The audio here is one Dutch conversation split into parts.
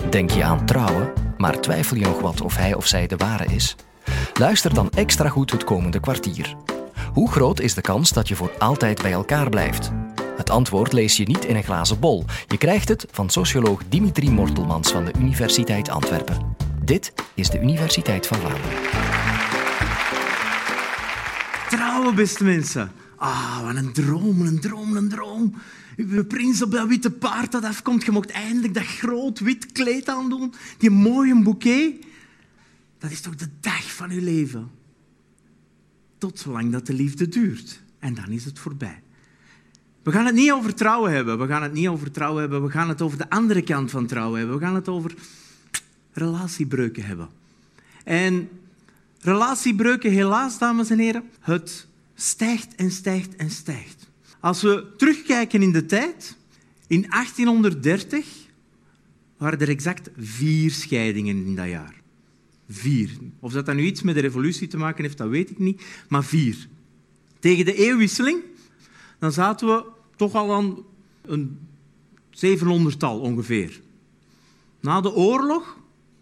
Denk je aan trouwen, maar twijfel je nog wat of hij of zij de ware is? Luister dan extra goed het komende kwartier. Hoe groot is de kans dat je voor altijd bij elkaar blijft? Het antwoord lees je niet in een glazen bol. Je krijgt het van socioloog Dimitri Mortelmans van de Universiteit Antwerpen. Dit is de Universiteit van Vlaanderen. Trouwen, beste mensen. Wat een droom. Uw prins op dat witte paard dat afkomt. Je mocht eindelijk dat groot wit kleed aandoen. Die mooie bouquet. Dat is toch de dag van uw leven. Tot zolang dat de liefde duurt. En dan is het voorbij. We gaan het niet over trouwen hebben. We gaan het over de andere kant van trouwen hebben. We gaan het over relatiebreuken hebben. En relatiebreuken, helaas, dames en heren, het stijgt en stijgt en stijgt. Als we terugkijken in de tijd, in 1830 waren er exact 4 scheidingen in dat jaar. 4. Of dat nu iets met de revolutie te maken heeft, dat weet ik niet, maar 4. Tegen de eeuwwisseling, dan zaten we toch al aan een 700-tal ongeveer. Na de oorlog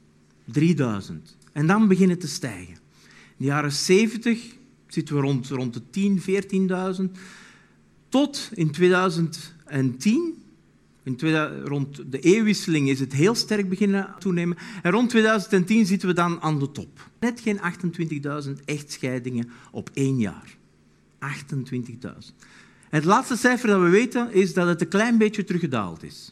3000. En dan beginnen te stijgen. In de jaren 70 zitten we rond de 10.000, 14.000. Tot in 2010, rond de eeuwwisseling, is het heel sterk beginnen toenemen. En rond 2010 zitten we dan aan de top. Net geen 28.000 echtscheidingen op 1 jaar. 28.000. En het laatste cijfer dat we weten is dat het een klein beetje teruggedaald is.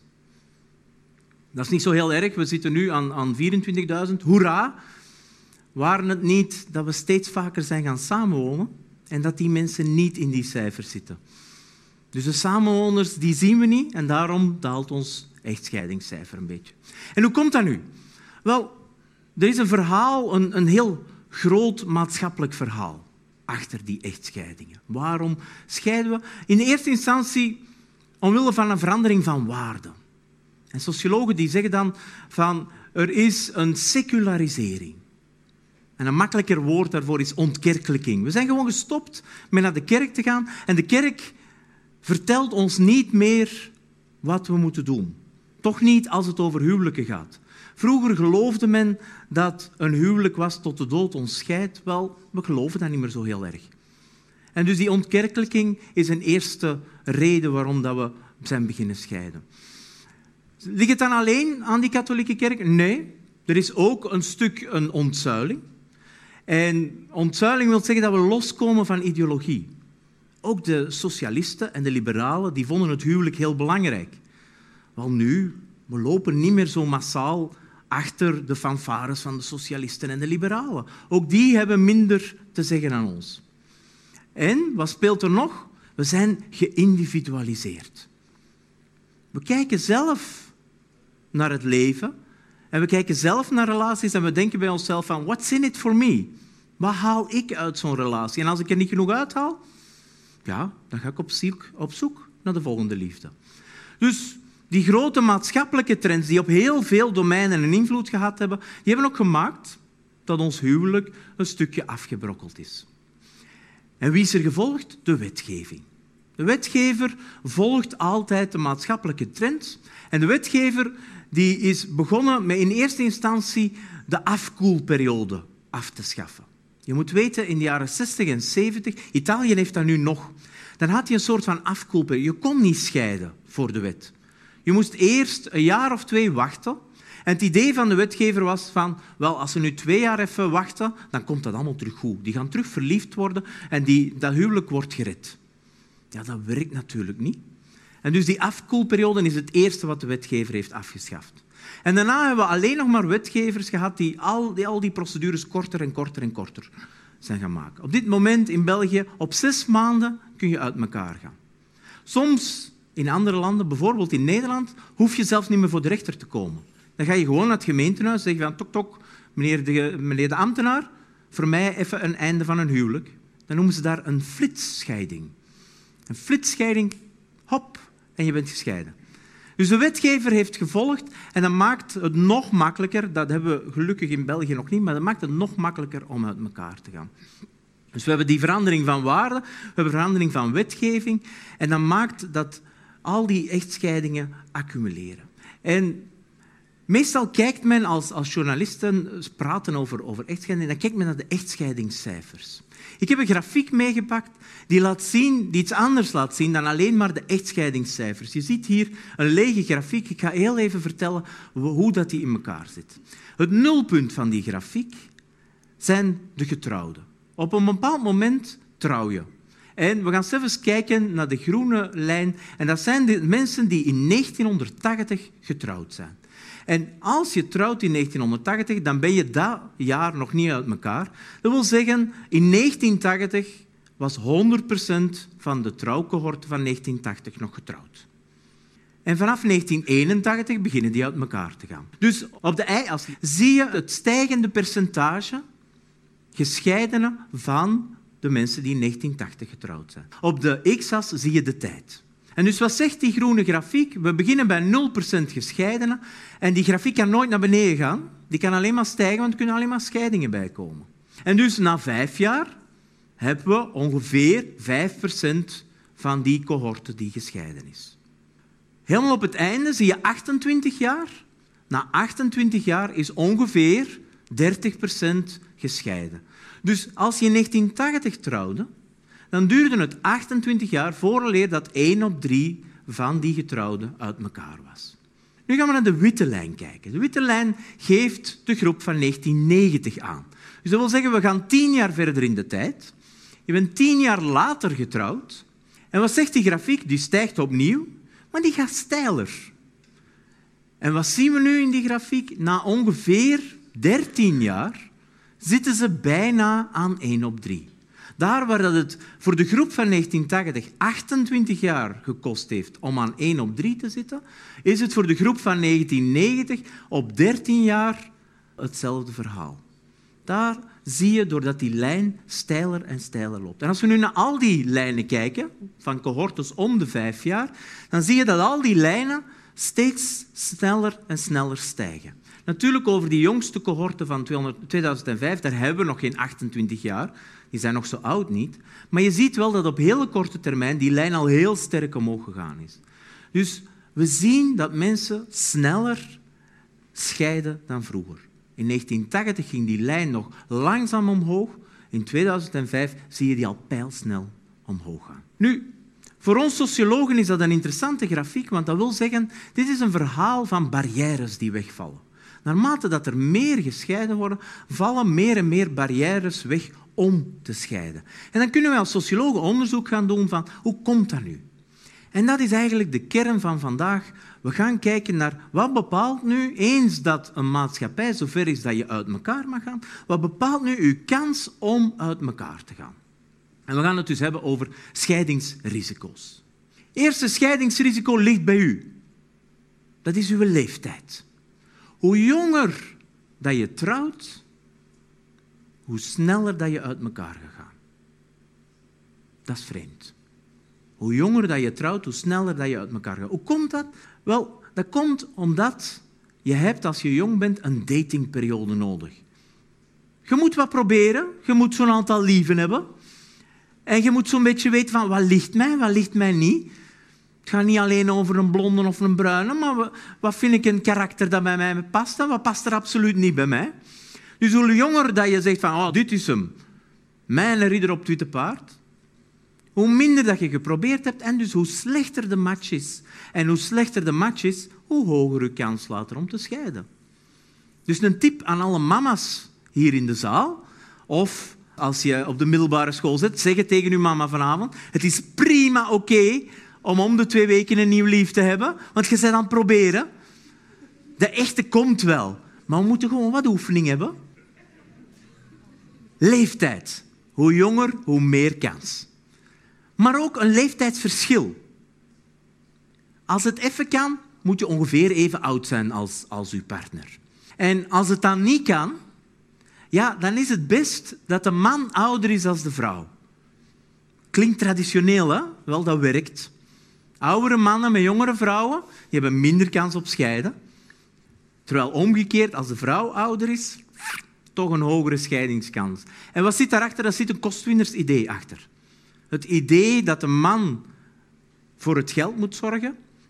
Dat is niet zo heel erg. We zitten nu aan 24.000. Hoera! Waren het niet dat we steeds vaker zijn gaan samenwonen en dat die mensen niet in die cijfers zitten. Dus de samenwoners die zien we niet en daarom daalt ons echtscheidingscijfer een beetje. En hoe komt dat nu? Wel, er is een verhaal, een heel groot maatschappelijk verhaal achter die echtscheidingen. Waarom scheiden we? In de eerste instantie omwille van een verandering van waarden. En sociologen die zeggen dan van er is een secularisering. En een makkelijker woord daarvoor is ontkerkelijking. We zijn gewoon gestopt met naar de kerk te gaan en de kerk vertelt ons niet meer wat we moeten doen. Toch niet als het over huwelijken gaat. Vroeger geloofde men dat een huwelijk was tot de dood ons scheidt. Wel, we geloven dat niet meer zo heel erg. En dus die ontkerkelijking is een eerste reden waarom dat we zijn beginnen scheiden. Ligt het dan alleen aan die katholieke kerk? Nee, er is ook een stuk een ontzuiling. En ontzuiling wil zeggen dat we loskomen van ideologie. Ook de socialisten en de liberalen die vonden het huwelijk heel belangrijk. Wel nu, we lopen niet meer zo massaal achter de fanfares van de socialisten en de liberalen. Ook die hebben minder te zeggen aan ons. En, wat speelt er nog? We zijn geïndividualiseerd. We kijken zelf naar het leven en we kijken zelf naar relaties en we denken bij onszelf van what's in it for me? Wat haal ik uit zo'n relatie? En als ik er niet genoeg uithaal, ja, dan ga ik op zoek naar de volgende liefde. Dus die grote maatschappelijke trends die op heel veel domeinen een invloed gehad hebben, die hebben ook gemaakt dat ons huwelijk een stukje afgebrokkeld is. En wie is er gevolgd? De wetgeving. De wetgever volgt altijd de maatschappelijke trends. En de wetgever die is begonnen met in eerste instantie de afkoelperiode af te schaffen. Je moet weten, in de jaren 60 en 70, Italië heeft dat nu nog, dan had je een soort van afkoelperiode. Je kon niet scheiden voor de wet. Je moest eerst een jaar of 2 wachten. En het idee van de wetgever was van, wel, als ze nu 2 jaar even wachten, dan komt dat allemaal terug goed. Die gaan terug verliefd worden en dat huwelijk wordt gered. Ja, dat werkt natuurlijk niet. En dus die afkoelperiode is het eerste wat de wetgever heeft afgeschaft. En daarna hebben we alleen nog maar wetgevers gehad die al die procedures korter en korter en korter zijn gaan maken. Op dit moment in België, op 6 maanden kun je uit elkaar gaan. Soms in andere landen, bijvoorbeeld in Nederland, hoef je zelfs niet meer voor de rechter te komen. Dan ga je gewoon naar het gemeentehuis en zeg je van tok, tok, meneer de ambtenaar, voor mij even een einde van een huwelijk. Dan noemen ze daar een flitsscheiding. Een flitsscheiding, hop, en je bent gescheiden. Dus de wetgever heeft gevolgd en dat maakt het nog makkelijker, dat hebben we gelukkig in België nog niet, maar dat maakt het nog makkelijker om uit elkaar te gaan. Dus we hebben die verandering van waarden, we hebben verandering van wetgeving en dat maakt dat al die echtscheidingen accumuleren. En Meestal kijkt men als journalisten praten over echtscheiding, dan kijkt men naar de echtscheidingscijfers. Ik heb een grafiek meegepakt die iets anders laat zien dan alleen maar de echtscheidingscijfers. Je ziet hier een lege grafiek. Ik ga heel even vertellen hoe dat die in elkaar zit. Het nulpunt van die grafiek zijn de getrouwden. Op een bepaald moment trouw je. En we gaan even kijken naar de groene lijn. En dat zijn de mensen die in 1980 getrouwd zijn. En als je trouwt in 1980, dan ben je dat jaar nog niet uit elkaar. Dat wil zeggen, in 1980 was 100% van de trouwcohorte van 1980 nog getrouwd. En vanaf 1981 beginnen die uit elkaar te gaan. Dus op de y-as zie je het stijgende percentage gescheidenen van de mensen die in 1980 getrouwd zijn. Op de x-as zie je de tijd. En dus wat zegt die groene grafiek? We beginnen bij 0% gescheidenen en die grafiek kan nooit naar beneden gaan. Die kan alleen maar stijgen, want er kunnen alleen maar scheidingen bij komen. En dus na 5 jaar hebben we ongeveer 5% van die cohorte die gescheiden is. Helemaal op het einde zie je 28 jaar. Na 28 jaar is ongeveer 30% gescheiden. Dus als je in 1980 trouwde, dan duurde het 28 jaar vooraleer dat 1 op 3 van die getrouwden uit elkaar was. Nu gaan we naar de witte lijn kijken. De witte lijn geeft de groep van 1990 aan. Dus dat wil zeggen, we gaan 10 jaar verder in de tijd. Je bent 10 jaar later getrouwd. En wat zegt die grafiek? Die stijgt opnieuw, maar die gaat steiler. En wat zien we nu in die grafiek? Na ongeveer 13 jaar zitten ze bijna aan 1 op 3. Daar waar het voor de groep van 1980 28 jaar gekost heeft om aan 1 op 3 te zitten, is het voor de groep van 1990 op 13 jaar hetzelfde verhaal. Daar zie je doordat die lijn steiler en steiler loopt. En als we nu naar al die lijnen kijken, van cohortes om de 5 jaar, dan zie je dat al die lijnen steeds sneller en sneller stijgen. Natuurlijk over die jongste cohorte van 2005, daar hebben we nog geen 28 jaar. Die zijn nog zo oud niet. Maar je ziet wel dat op hele korte termijn die lijn al heel sterk omhoog gegaan is. Dus we zien dat mensen sneller scheiden dan vroeger. In 1980 ging die lijn nog langzaam omhoog. In 2005 zie je die al pijlsnel omhoog gaan. Nu, voor ons sociologen is dat een interessante grafiek, want dat wil zeggen, dit is een verhaal van barrières die wegvallen. Naarmate dat er meer gescheiden worden, vallen meer en meer barrières weg om te scheiden. En dan kunnen wij als sociologen onderzoek gaan doen van hoe komt dat nu? En dat is eigenlijk de kern van vandaag. We gaan kijken naar wat bepaalt nu, eens dat een maatschappij zover is dat je uit elkaar mag gaan, wat bepaalt nu uw kans om uit elkaar te gaan? En we gaan het dus hebben over scheidingsrisico's. Eerste scheidingsrisico ligt bij u. Dat is uw leeftijd. Hoe jonger dat je trouwt, hoe sneller dat je uit elkaar gaat gaan. Dat is vreemd. Hoe jonger dat je trouwt, hoe sneller dat je uit elkaar gaat. Hoe komt dat? Wel, dat komt omdat je hebt, als je jong bent, een datingperiode nodig. Je moet wat proberen. Je moet zo'n aantal lieven hebben. En je moet zo'n beetje weten van wat ligt mij niet. Het gaat niet alleen over een blonde of een bruine, maar wat vind ik een karakter dat bij mij past en wat past er absoluut niet bij mij. Dus hoe jonger dat je zegt van, oh, dit is hem, mijn ridder op het witte paard, hoe minder dat je geprobeerd hebt en dus hoe slechter de match is. En hoe slechter de match is, hoe hoger je kans later om te scheiden. Dus een tip aan alle mama's hier in de zaal, of als je op de middelbare school zit, zeg het tegen je mama vanavond, het is prima oké om de 2 weken een nieuw lief te hebben, want je bent aan het proberen. De echte komt wel, maar we moeten gewoon wat oefening hebben. Leeftijd. Hoe jonger, hoe meer kans. Maar ook een leeftijdsverschil. Als het even kan, moet je ongeveer even oud zijn als uw partner. En als het dan niet kan, ja, dan is het best dat de man ouder is dan de vrouw. Klinkt traditioneel, hè? Wel, dat werkt. Oudere mannen met jongere vrouwen, die hebben minder kans op scheiden. Terwijl omgekeerd, als de vrouw ouder is, toch een hogere scheidingskans. En wat zit daarachter? Daar zit een kostwinnersidee achter. Het idee dat de man voor het geld moet zorgen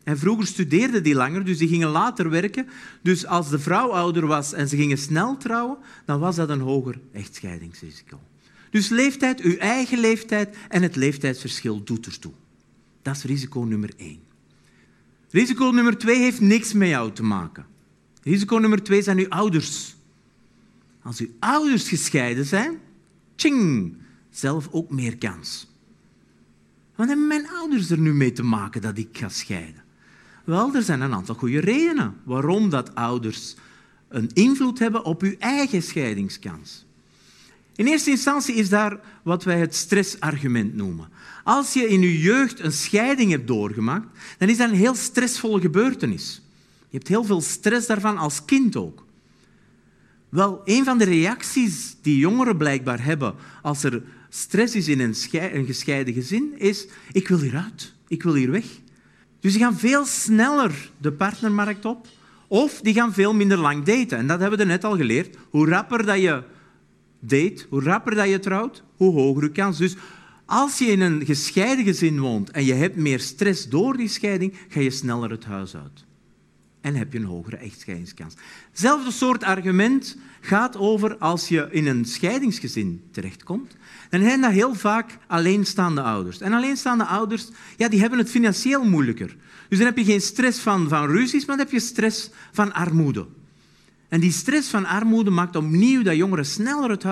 En vroeger studeerden die langer, dus die gingen later werken. Dus als de vrouw ouder was en ze gingen snel trouwen, dan was dat een hoger echtscheidingsrisico. Dus leeftijd, uw eigen leeftijd en het leeftijdsverschil doet ertoe. Dat is risico nummer 1. Risico nummer 2 heeft niks met jou te maken. Risico nummer 2 zijn uw ouders. Als uw ouders gescheiden zijn, tjing, zelf ook meer kans. Wat hebben mijn ouders er nu mee te maken dat ik ga scheiden? Wel, er zijn een aantal goede redenen waarom dat ouders een invloed hebben op uw eigen scheidingskans. In eerste instantie is daar wat wij het stressargument noemen. Als je in je jeugd een scheiding hebt doorgemaakt, dan is dat een heel stressvolle gebeurtenis. Je hebt heel veel stress daarvan als kind ook. Wel, een van de reacties die jongeren blijkbaar hebben als er stress is in een gescheiden gezin, is: ik wil hieruit, ik wil hier weg. Dus die gaan veel sneller de partnermarkt op, of die gaan veel minder lang daten. En dat hebben we net al geleerd. Hoe rapper dat je date, hoe rapper dat je trouwt, hoe hoger je kans. Dus als je in een gescheiden gezin woont en je hebt meer stress door die scheiding, ga je sneller het huis uit. En heb je een hogere echtscheidingskans. Hetzelfde soort argument gaat over als je in een scheidingsgezin terechtkomt. Dan zijn dat heel vaak alleenstaande ouders. En alleenstaande ouders, ja, die hebben het financieel moeilijker. Dus dan heb je geen stress van ruzies, maar dan heb je stress van armoede. En die stress van armoede maakt opnieuw dat jongeren sneller het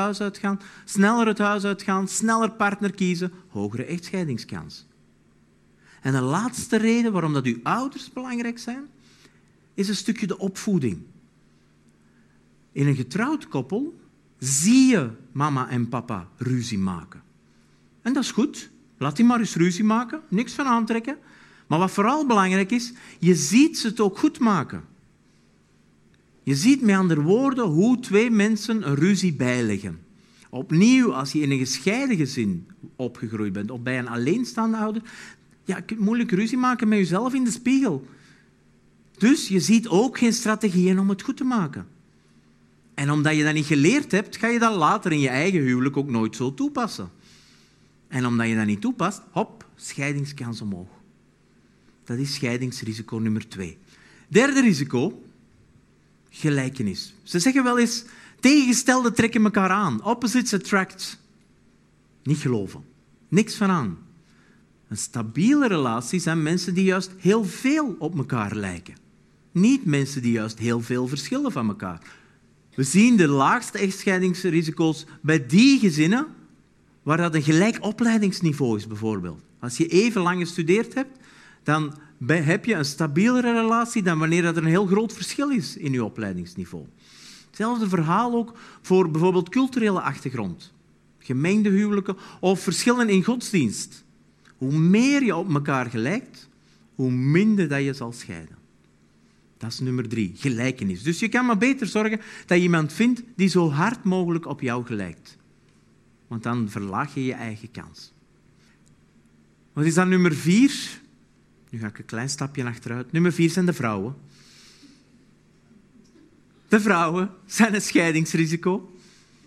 huis uitgaan, sneller partner kiezen, hogere echtscheidingskans. En de laatste reden waarom dat uw ouders belangrijk zijn, is een stukje de opvoeding. In een getrouwd koppel zie je mama en papa ruzie maken. En dat is goed. Laat die maar eens ruzie maken. Niks van aantrekken. Maar wat vooral belangrijk is, je ziet ze het ook goed maken. Je ziet met andere woorden hoe twee mensen een ruzie bijleggen. Opnieuw, als je in een gescheiden gezin opgegroeid bent of bij een alleenstaande ouder, ja, je kunt moeilijk ruzie maken met jezelf in de spiegel. Dus je ziet ook geen strategieën om het goed te maken. En omdat je dat niet geleerd hebt, ga je dat later in je eigen huwelijk ook nooit zo toepassen. En omdat je dat niet toepast, hop, scheidingskans omhoog. Dat is scheidingsrisico nummer 2. Derde risico, gelijkenis. Ze zeggen wel eens, tegengestelde trekken elkaar aan. Opposites attract. Niet geloven. Niks van aan. Een stabiele relatie zijn mensen die juist heel veel op elkaar lijken. Niet mensen die juist heel veel verschillen van elkaar. We zien de laagste echtscheidingsrisico's bij die gezinnen waar dat een gelijk opleidingsniveau is, bijvoorbeeld. Als je even lang gestudeerd hebt, dan heb je een stabielere relatie dan wanneer er een heel groot verschil is in je opleidingsniveau. Hetzelfde verhaal ook voor bijvoorbeeld culturele achtergrond. Gemengde huwelijken of verschillen in godsdienst. Hoe meer je op elkaar gelijkt, hoe minder dat je zal scheiden. Dat is nummer 3, gelijkenis. Dus je kan maar beter zorgen dat je iemand vindt die zo hard mogelijk op jou gelijkt. Want dan verlaag je je eigen kans. Wat is dan nummer 4? Nu ga ik een klein stapje achteruit. Nummer 4 zijn de vrouwen. De vrouwen zijn een scheidingsrisico.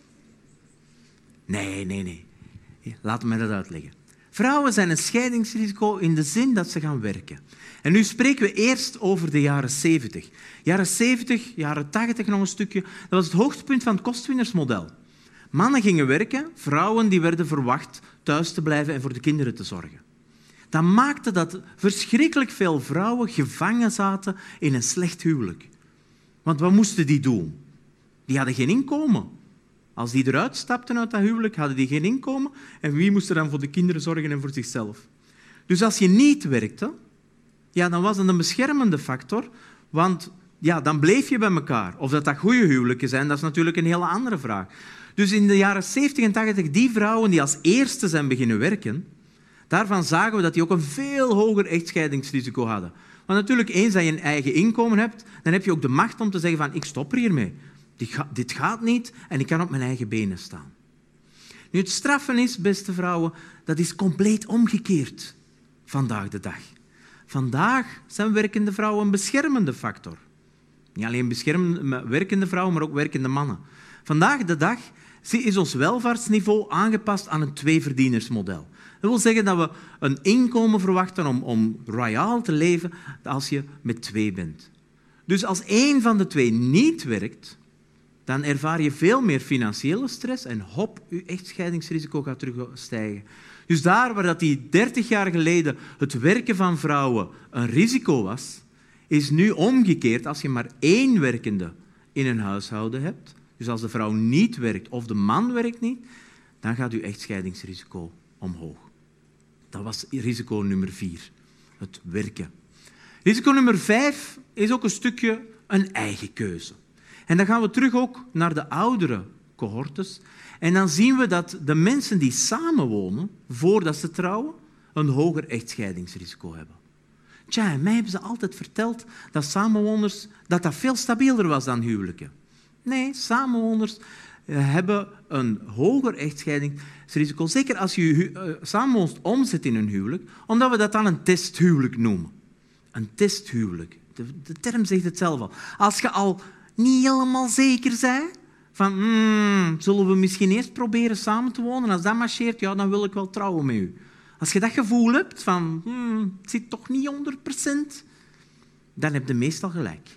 Nee. Laat me dat uitleggen. Vrouwen zijn een scheidingsrisico in de zin dat ze gaan werken. En nu spreken we eerst over de jaren 70. Jaren 70, jaren 80 nog een stukje. Dat was het hoogtepunt van het kostwinnersmodel. Mannen gingen werken, vrouwen die werden verwacht thuis te blijven en voor de kinderen te zorgen. Dat maakte dat verschrikkelijk veel vrouwen gevangen zaten in een slecht huwelijk. Want wat moesten die doen? Die hadden geen inkomen. Als die eruit stapten uit dat huwelijk, hadden die geen inkomen. En wie moest er dan voor de kinderen zorgen en voor zichzelf? Dus als je niet werkte, ja, dan was dat een beschermende factor. Want ja, dan bleef je bij elkaar. Of dat goede huwelijken zijn, dat is natuurlijk een hele andere vraag. Dus in de jaren 70 en 80, die vrouwen die als eerste zijn beginnen werken, daarvan zagen we dat die ook een veel hoger echtscheidingsrisico hadden. Want natuurlijk, eens dat je een eigen inkomen hebt, dan heb je ook de macht om te zeggen van, ik stop er hiermee. Dit gaat niet en ik kan op mijn eigen benen staan. Nu, het straffen is, beste vrouwen, dat is compleet omgekeerd vandaag de dag. Vandaag zijn werkende vrouwen een beschermende factor. Niet alleen werkende vrouwen, maar ook werkende mannen. Vandaag de dag is ons welvaartsniveau aangepast aan een tweeverdienersmodel. Dat wil zeggen dat we een inkomen verwachten om royaal te leven als je met 2 bent. Dus als 1 van de 2 niet werkt, dan ervaar je veel meer financiële stress en hop, je echtscheidingsrisico gaat terugstijgen. Dus daar waar dat die 30 jaar geleden het werken van vrouwen een risico was, is nu omgekeerd. Als je maar 1 werkende in een huishouden hebt, dus als de vrouw niet werkt of de man werkt niet, dan gaat je echtscheidingsrisico omhoog. Dat was risico nummer 4, het werken. Risico nummer 5 is ook een stukje een eigen keuze. En dan gaan we terug ook naar de oudere cohortes. En dan zien we dat de mensen die samenwonen, voordat ze trouwen, een hoger echtscheidingsrisico hebben. Tja, mij hebben ze altijd verteld dat samenwoners dat veel stabieler was dan huwelijken. Nee, samenwoners hebben een hoger echtscheidingsrisico. Zeker als je samenwoonst omzet in een huwelijk, omdat we dat dan een testhuwelijk noemen. Een testhuwelijk. De term zegt het zelf al. Als je al niet helemaal zeker bent van zullen we misschien eerst proberen samen te wonen, als dat marcheert, ja, dan wil ik wel trouwen met u. Als je dat gevoel hebt van het zit toch niet 100%, dan heb je meestal gelijk.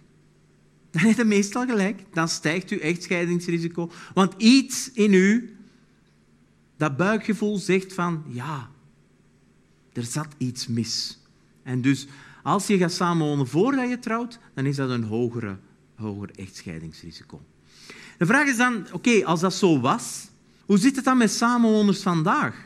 Dan stijgt uw echtscheidingsrisico. Want iets in u, dat buikgevoel zegt van ja, er zat iets mis. En dus als je gaat samenwonen voordat je trouwt, dan is dat een hoger echtscheidingsrisico. De vraag is dan, oké, als dat zo was, hoe zit het dan met samenwoners vandaag?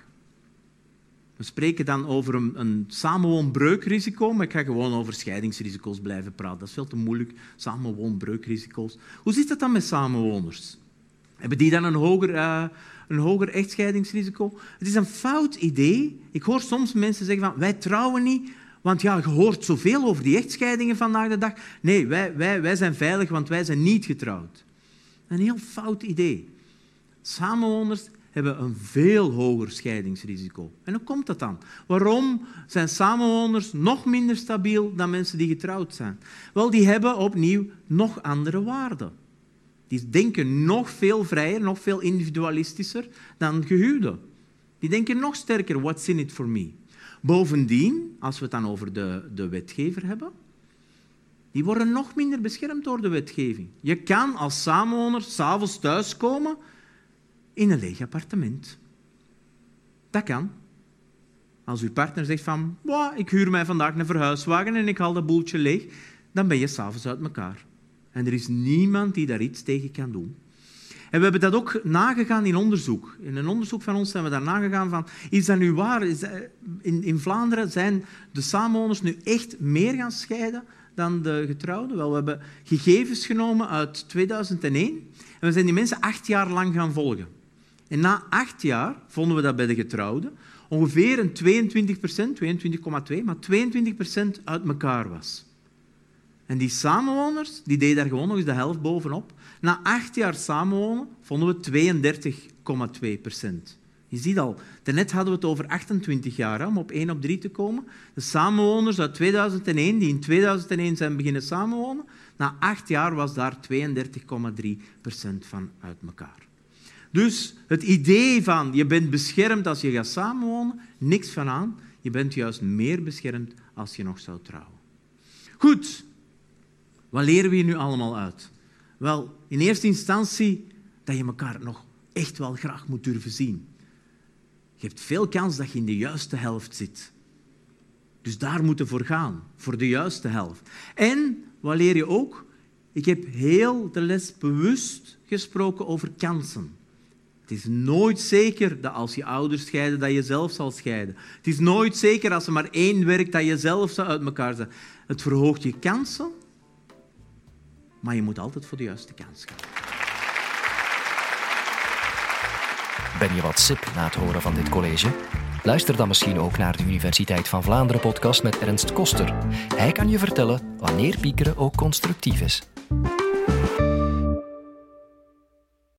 We spreken dan over een samenwoonbreukrisico, maar ik ga gewoon over scheidingsrisico's blijven praten. Dat is veel te moeilijk, samenwoonbreukrisico's. Hoe zit het dan met samenwoners? Hebben die dan een hoger echtscheidingsrisico? Het is een fout idee. Ik hoor soms mensen zeggen van, wij trouwen niet, want ja, je hoort zoveel over die echtscheidingen vandaag de dag. Nee, wij zijn veilig, want wij zijn niet getrouwd. Een heel fout idee. Samenwoners hebben een veel hoger scheidingsrisico. En hoe komt dat dan? Waarom zijn samenwoners nog minder stabiel dan mensen die getrouwd zijn? Wel, die hebben opnieuw nog andere waarden. Die denken nog veel vrijer, nog veel individualistischer dan gehuwden. Die denken nog sterker, what's in it for me? Bovendien, als we het dan over de wetgever hebben, die worden nog minder beschermd door de wetgeving. Je kan als samenwoner 's avonds thuiskomen in een leeg appartement. Dat kan. Als uw partner zegt van, ik huur mij vandaag een verhuiswagen en ik haal dat boeltje leeg, dan ben je 's avonds uit elkaar. En er is niemand die daar iets tegen kan doen. En we hebben dat ook nagegaan in onderzoek. In een onderzoek van ons zijn we daar nagegaan van, is dat nu waar? In Vlaanderen zijn de samenwoners nu echt meer gaan scheiden dan de getrouwden? Wel, we hebben gegevens genomen uit 2001 en we zijn die mensen 8 jaar lang gaan volgen. En na 8 jaar vonden we dat bij de getrouwden ongeveer een 22%, 22,2%, maar 22% uit elkaar was. En die samenwoners, die deden daar gewoon nog eens de helft bovenop. Na 8 jaar samenwonen vonden we 32,2%. Je ziet al, daarnet hadden we het over 28 jaar om op 1 op 3 te komen. De samenwoners uit 2001, die in 2001 zijn beginnen samenwonen, na 8 jaar was daar 32,3% van uit elkaar. Dus het idee van je bent beschermd als je gaat samenwonen, niks van aan. Je bent juist meer beschermd als je nog zou trouwen. Goed, wat leren we hier nu allemaal uit? Wel, in eerste instantie dat je elkaar nog echt wel graag moet durven zien. Je hebt veel kans dat je in de juiste helft zit. Dus daar moeten we voor gaan, voor de juiste helft. En, wat leer je ook? Ik heb heel de les bewust gesproken over kansen. Het is nooit zeker dat als je ouders scheiden, dat je zelf zal scheiden. Het is nooit zeker als er maar 1 werkt, dat je zelf zou uit elkaar zijn. Het verhoogt je kansen, maar je moet altijd voor de juiste kans gaan. Ben je wat sip na het horen van dit college? Luister dan misschien ook naar de Universiteit van Vlaanderen podcast met Ernst Koster. Hij kan je vertellen wanneer piekeren ook constructief is.